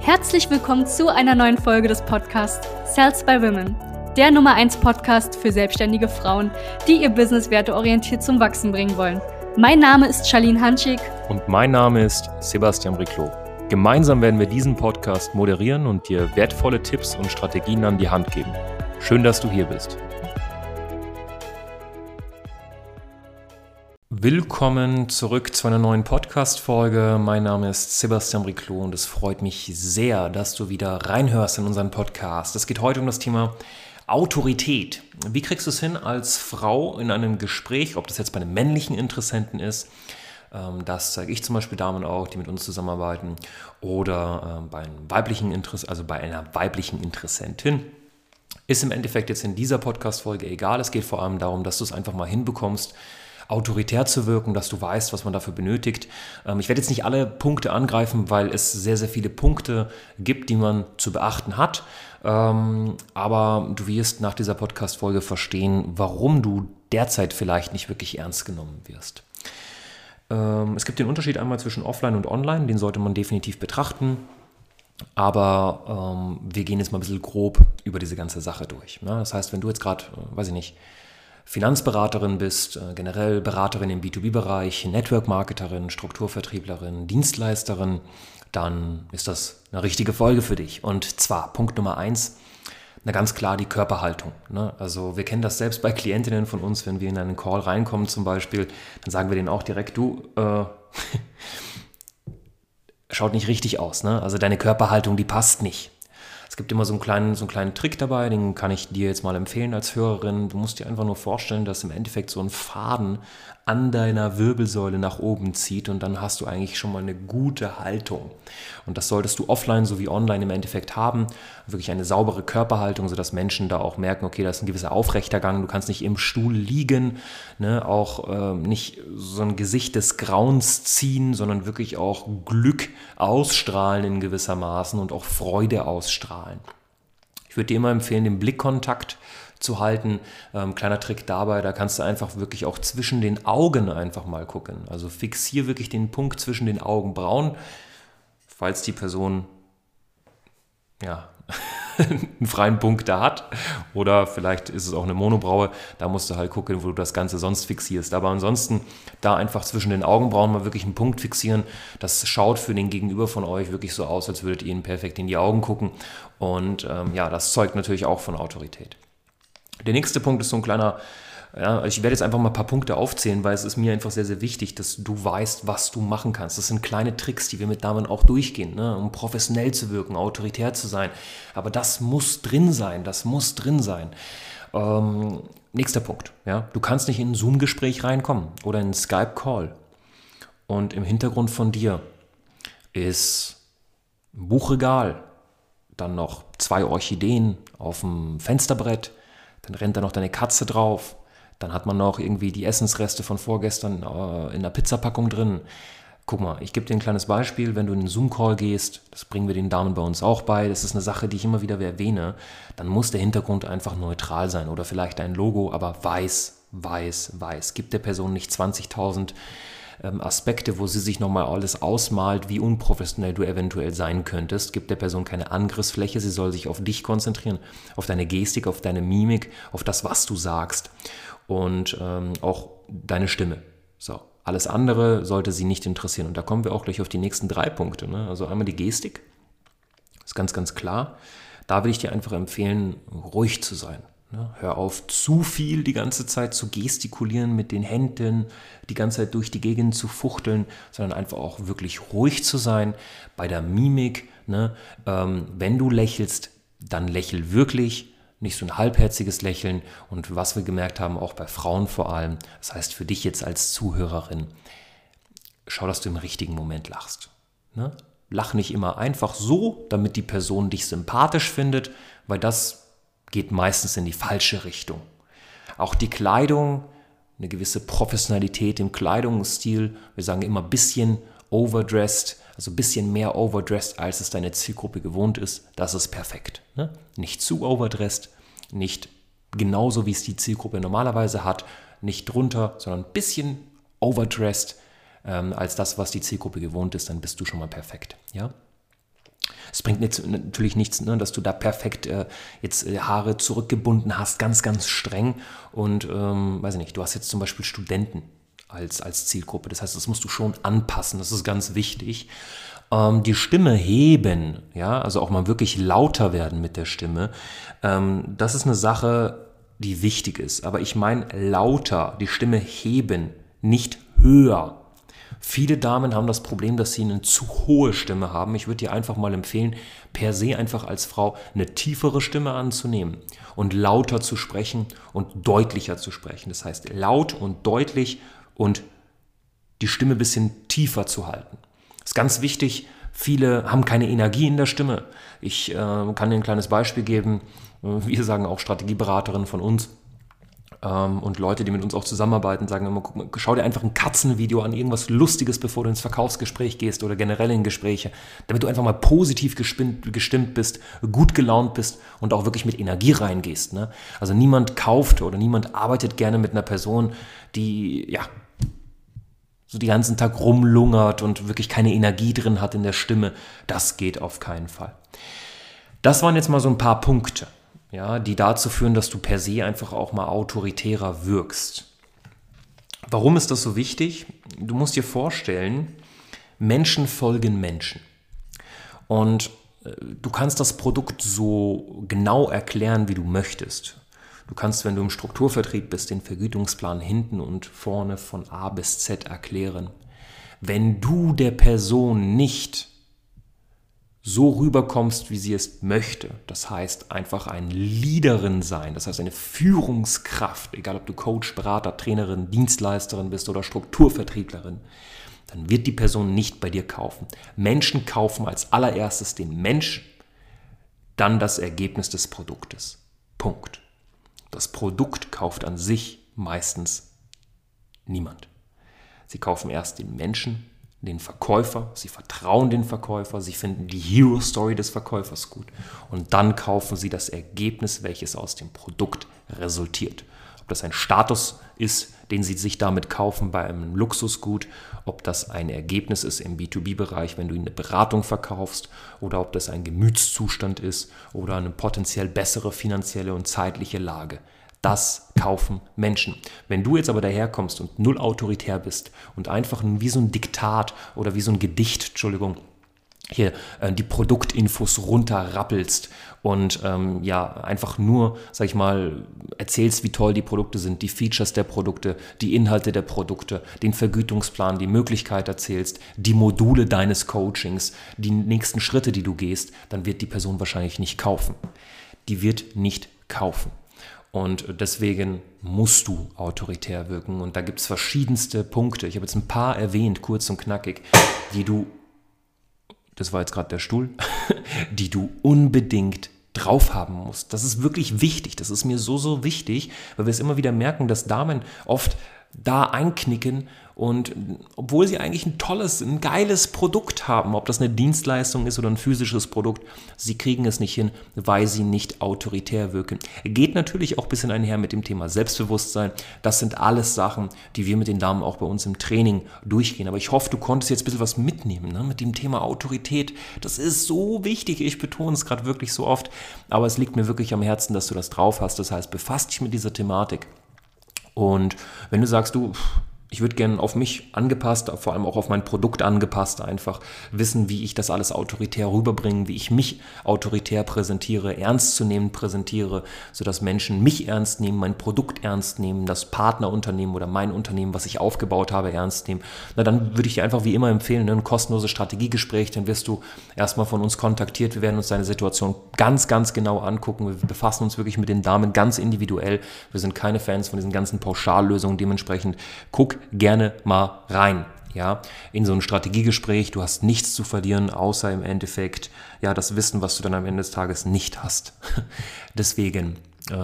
Herzlich willkommen zu einer neuen Folge des Podcasts Sales by Women, der Nummer 1 Podcast für selbstständige Frauen, die ihr Business werteorientiert zum Wachsen bringen wollen. Mein Name ist Charlene Hanschig. Und mein Name ist Sebastian Briclot. Gemeinsam werden wir diesen Podcast moderieren und dir wertvolle Tipps und Strategien an die Hand geben. Schön, dass du hier bist. Willkommen zurück zu einer neuen Podcast-Folge. Mein Name ist Sebastian Briclot und es freut mich sehr, dass du wieder reinhörst in unseren Podcast. Es geht heute um das Thema Autorität. Wie kriegst du es hin als Frau in einem Gespräch, ob das jetzt bei einem männlichen Interessenten ist, das zeige ich zum Beispiel Damen auch, die mit uns zusammenarbeiten, oder bei einem weiblichen bei einer weiblichen Interessentin. Ist im Endeffekt jetzt in dieser Podcast-Folge egal. Es geht vor allem darum, dass du es einfach mal hinbekommst, autoritär zu wirken, dass du weißt, was man dafür benötigt. Ich werde jetzt nicht alle Punkte angreifen, weil es sehr, sehr viele Punkte gibt, die man zu beachten hat. Aber du wirst nach dieser Podcast-Folge verstehen, warum du derzeit vielleicht nicht wirklich ernst genommen wirst. Es gibt den Unterschied einmal zwischen Offline und Online, den sollte man definitiv betrachten. Aber wir gehen jetzt mal ein bisschen grob über diese ganze Sache durch. Ja, das heißt, wenn du jetzt gerade, Finanzberaterin bist, generell Beraterin im B2B-Bereich, Network-Marketerin, Strukturvertrieblerin, Dienstleisterin, dann ist das eine richtige Folge für dich. Und zwar Punkt Nummer 1, ganz klar die Körperhaltung. Ne? Also wir kennen das selbst bei Klientinnen von uns, wenn wir in einen Call reinkommen zum Beispiel, dann sagen wir denen auch direkt, du, schaut nicht richtig aus. Ne? Also deine Körperhaltung, die passt nicht. Es gibt immer so einen kleinen Trick dabei, den kann ich dir jetzt mal empfehlen als Hörerin. Du musst dir einfach nur vorstellen, dass im Endeffekt so ein Faden an deiner Wirbelsäule nach oben zieht und dann hast du eigentlich schon mal eine gute Haltung. Und das solltest du offline sowie online im Endeffekt haben. Wirklich eine saubere Körperhaltung, sodass Menschen da auch merken, okay, da ist ein gewisser aufrechter Gang, du kannst nicht im Stuhl liegen, ne? Auch nicht so ein Gesicht des Grauens ziehen, sondern wirklich auch Glück ausstrahlen in gewissermaßen und auch Freude ausstrahlen. Ich würde dir immer empfehlen, den Blickkontakt zu halten. Kleiner Trick dabei, da kannst du einfach wirklich auch zwischen den Augen einfach mal gucken. Also fixier wirklich den Punkt zwischen den Augenbrauen, falls die Person einen freien Punkt da hat, oder vielleicht ist es auch eine Monobraue, da musst du halt gucken, wo du das Ganze sonst fixierst. Aber ansonsten da einfach zwischen den Augenbrauen mal wirklich einen Punkt fixieren. Das schaut für den Gegenüber von euch wirklich so aus, als würdet ihr ihn perfekt in die Augen gucken. Und das zeugt natürlich auch von Autorität. Der nächste Punkt ist so ein kleiner, ich werde jetzt einfach mal ein paar Punkte aufzählen, weil es ist mir einfach sehr, sehr wichtig, dass du weißt, was du machen kannst. Das sind kleine Tricks, die wir mit Damen auch durchgehen, ne, um professionell zu wirken, autoritär zu sein. Aber das muss drin sein, nächster Punkt, du kannst nicht in ein Zoom-Gespräch reinkommen oder in einen Skype-Call und im Hintergrund von dir ist ein Buchregal, dann noch 2 Orchideen auf dem Fensterbrett, dann rennt da noch deine Katze drauf, dann hat man noch irgendwie die Essensreste von vorgestern in der Pizzapackung drin. Guck mal, ich gebe dir ein kleines Beispiel, wenn du in einen Zoom-Call gehst, das bringen wir den Damen bei uns auch bei, das ist eine Sache, die ich immer wieder erwähne, dann muss der Hintergrund einfach neutral sein oder vielleicht ein Logo, aber weiß. Gib der Person nicht 20.000 Aspekte, wo sie sich nochmal alles ausmalt, wie unprofessionell du eventuell sein könntest. Gib der Person keine Angriffsfläche, sie soll sich auf dich konzentrieren, auf deine Gestik, auf deine Mimik, auf das, was du sagst und auch deine Stimme. So, alles andere sollte sie nicht interessieren. Und da kommen wir auch gleich auf die nächsten 3 Punkte. Ne? Also einmal die Gestik, ist ganz, ganz klar. Da will ich dir einfach empfehlen, ruhig zu sein. Hör auf, zu viel die ganze Zeit zu gestikulieren mit den Händen, die ganze Zeit durch die Gegend zu fuchteln, sondern einfach auch wirklich ruhig zu sein bei der Mimik. Ne? Wenn du lächelst, dann lächel wirklich, nicht so ein halbherziges Lächeln. Und was wir gemerkt haben, auch bei Frauen vor allem, das heißt für dich jetzt als Zuhörerin, schau, dass du im richtigen Moment lachst. Ne? Lach nicht immer einfach so, damit die Person dich sympathisch findet, weil das geht meistens in die falsche Richtung. Auch die Kleidung, eine gewisse Professionalität im Kleidungsstil. Wir sagen immer ein bisschen overdressed, also ein bisschen mehr overdressed, als es deine Zielgruppe gewohnt ist. Das ist perfekt. Ne? Nicht zu overdressed, nicht genauso, wie es die Zielgruppe normalerweise hat, nicht drunter, sondern ein bisschen overdressed als das, was die Zielgruppe gewohnt ist, dann bist du schon mal perfekt. Ja? Das bringt jetzt natürlich nichts, ne, dass du da perfekt jetzt Haare zurückgebunden hast, ganz, ganz streng und, weiß ich nicht, du hast jetzt zum Beispiel Studenten als Zielgruppe. Das heißt, das musst du schon anpassen, das ist ganz wichtig. Die Stimme heben, ja, also auch mal wirklich lauter werden mit der Stimme, das ist eine Sache, die wichtig ist. Aber ich meine lauter, die Stimme heben, nicht höher. Viele Damen haben das Problem, dass sie eine zu hohe Stimme haben. Ich würde dir einfach mal empfehlen, per se einfach als Frau eine tiefere Stimme anzunehmen und lauter zu sprechen und deutlicher zu sprechen. Das heißt, laut und deutlich und die Stimme ein bisschen tiefer zu halten. Das ist ganz wichtig. Viele haben keine Energie in der Stimme. Ich kann dir ein kleines Beispiel geben. Wir sagen auch Strategieberaterinnen von uns und Leute, die mit uns auch zusammenarbeiten, sagen immer, guck mal, schau dir einfach ein Katzenvideo an, irgendwas Lustiges, bevor du ins Verkaufsgespräch gehst oder generell in Gespräche, damit du einfach mal positiv gestimmt bist, gut gelaunt bist und auch wirklich mit Energie reingehst. Ne? Also niemand kauft oder niemand arbeitet gerne mit einer Person, die ja so den ganzen Tag rumlungert und wirklich keine Energie drin hat in der Stimme. Das geht auf keinen Fall. Das waren jetzt mal so ein paar Punkte, ja, die dazu führen, dass du per se einfach auch mal autoritärer wirkst. Warum ist das so wichtig? Du musst dir vorstellen, Menschen folgen Menschen. Und du kannst das Produkt so genau erklären, wie du möchtest. Du kannst, wenn du im Strukturvertrieb bist, den Vergütungsplan hinten und vorne von A bis Z erklären. Wenn du der Person nicht so rüberkommst, wie sie es möchte, das heißt einfach ein Leaderin sein, das heißt eine Führungskraft, egal ob du Coach, Berater, Trainerin, Dienstleisterin bist oder Strukturvertrieblerin, dann wird die Person nicht bei dir kaufen. Menschen kaufen als allererstes den Menschen, dann das Ergebnis des Produktes. Punkt. Das Produkt kauft an sich meistens niemand. Sie kaufen erst den Menschen, den Verkäufer, sie vertrauen den Verkäufer, sie finden die Hero Story des Verkäufers gut und dann kaufen sie das Ergebnis, welches aus dem Produkt resultiert. Ob das ein Status ist, den sie sich damit kaufen bei einem Luxusgut, ob das ein Ergebnis ist im B2B-Bereich, wenn du ihnen eine Beratung verkaufst, oder ob das ein Gemütszustand ist oder eine potenziell bessere finanzielle und zeitliche Lage. Das kaufen Menschen. Wenn du jetzt aber daherkommst und null autoritär bist und einfach wie so ein Diktat oder wie so ein Gedicht, hier die Produktinfos runterrappelst und einfach nur, sag ich mal, erzählst, wie toll die Produkte sind, die Features der Produkte, die Inhalte der Produkte, den Vergütungsplan, die Möglichkeit erzählst, die Module deines Coachings, die nächsten Schritte, die du gehst, dann wird die Person wahrscheinlich nicht kaufen. Die wird nicht kaufen. Und deswegen musst du autoritär wirken. Und da gibt es verschiedenste Punkte. Ich habe jetzt ein paar erwähnt, kurz und knackig, das war jetzt gerade der Stuhl, die du unbedingt drauf haben musst. Das ist wirklich wichtig. Das ist mir so, so wichtig, weil wir es immer wieder merken, dass Damen oft da einknicken und obwohl sie eigentlich ein geiles Produkt haben, ob das eine Dienstleistung ist oder ein physisches Produkt, sie kriegen es nicht hin, weil sie nicht autoritär wirken. Geht natürlich auch ein bisschen einher mit dem Thema Selbstbewusstsein. Das sind alles Sachen, die wir mit den Damen auch bei uns im Training durchgehen. Aber ich hoffe, du konntest jetzt ein bisschen was mitnehmen, ne? Mit dem Thema Autorität. Das ist so wichtig. Ich betone es gerade wirklich so oft, aber es liegt mir wirklich am Herzen, dass du das drauf hast. Das heißt, befasst dich mit dieser Thematik. Und wenn du sagst, ich würde gerne auf mich angepasst, vor allem auch auf mein Produkt angepasst, einfach wissen, wie ich das alles autoritär rüberbringe, wie ich mich autoritär präsentiere, ernstzunehmend präsentiere, sodass Menschen mich ernst nehmen, mein Produkt ernst nehmen, das Partnerunternehmen oder mein Unternehmen, was ich aufgebaut habe, ernst nehmen. Na, dann würde ich dir einfach wie immer empfehlen, ein kostenloses Strategiegespräch, dann wirst du erstmal von uns kontaktiert. Wir werden uns deine Situation ganz, ganz genau angucken. Wir befassen uns wirklich mit den Damen ganz individuell. Wir sind keine Fans von diesen ganzen Pauschallösungen. Dementsprechend guck gerne mal rein, ja, in so ein Strategiegespräch. Du hast nichts zu verlieren, außer im Endeffekt, ja, das Wissen, was du dann am Ende des Tages nicht hast. Deswegen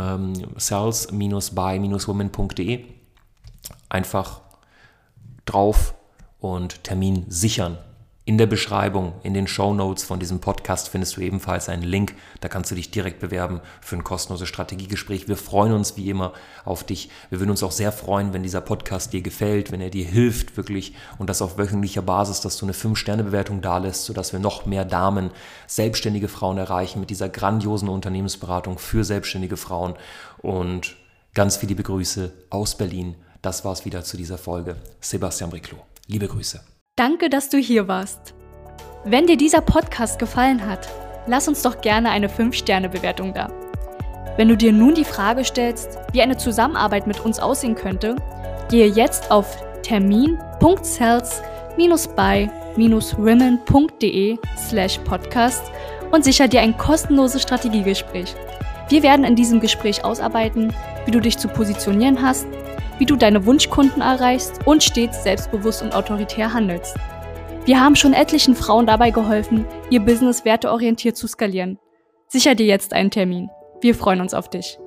sales-by-women.de einfach drauf und Termin sichern. In der Beschreibung, in den Shownotes von diesem Podcast findest du ebenfalls einen Link. Da kannst du dich direkt bewerben für ein kostenloses Strategiegespräch. Wir freuen uns wie immer auf dich. Wir würden uns auch sehr freuen, wenn dieser Podcast dir gefällt, wenn er dir hilft wirklich und das auf wöchentlicher Basis, dass du eine 5-Sterne-Bewertung dalässt, sodass wir noch mehr Damen, selbstständige Frauen erreichen mit dieser grandiosen Unternehmensberatung für selbstständige Frauen. Und ganz viele liebe Grüße aus Berlin. Das war's wieder zu dieser Folge. Sebastian Briclot. Liebe Grüße. Danke, dass du hier warst. Wenn dir dieser Podcast gefallen hat, lass uns doch gerne eine 5-Sterne-Bewertung da. Wenn du dir nun die Frage stellst, wie eine Zusammenarbeit mit uns aussehen könnte, gehe jetzt auf termin.sales-by-women.de/podcast und sicher dir ein kostenloses Strategiegespräch. Wir werden in diesem Gespräch ausarbeiten, wie du dich zu positionieren hast, wie du deine Wunschkunden erreichst und stets selbstbewusst und autoritär handelst. Wir haben schon etlichen Frauen dabei geholfen, ihr Business werteorientiert zu skalieren. Sicher dir jetzt einen Termin. Wir freuen uns auf dich.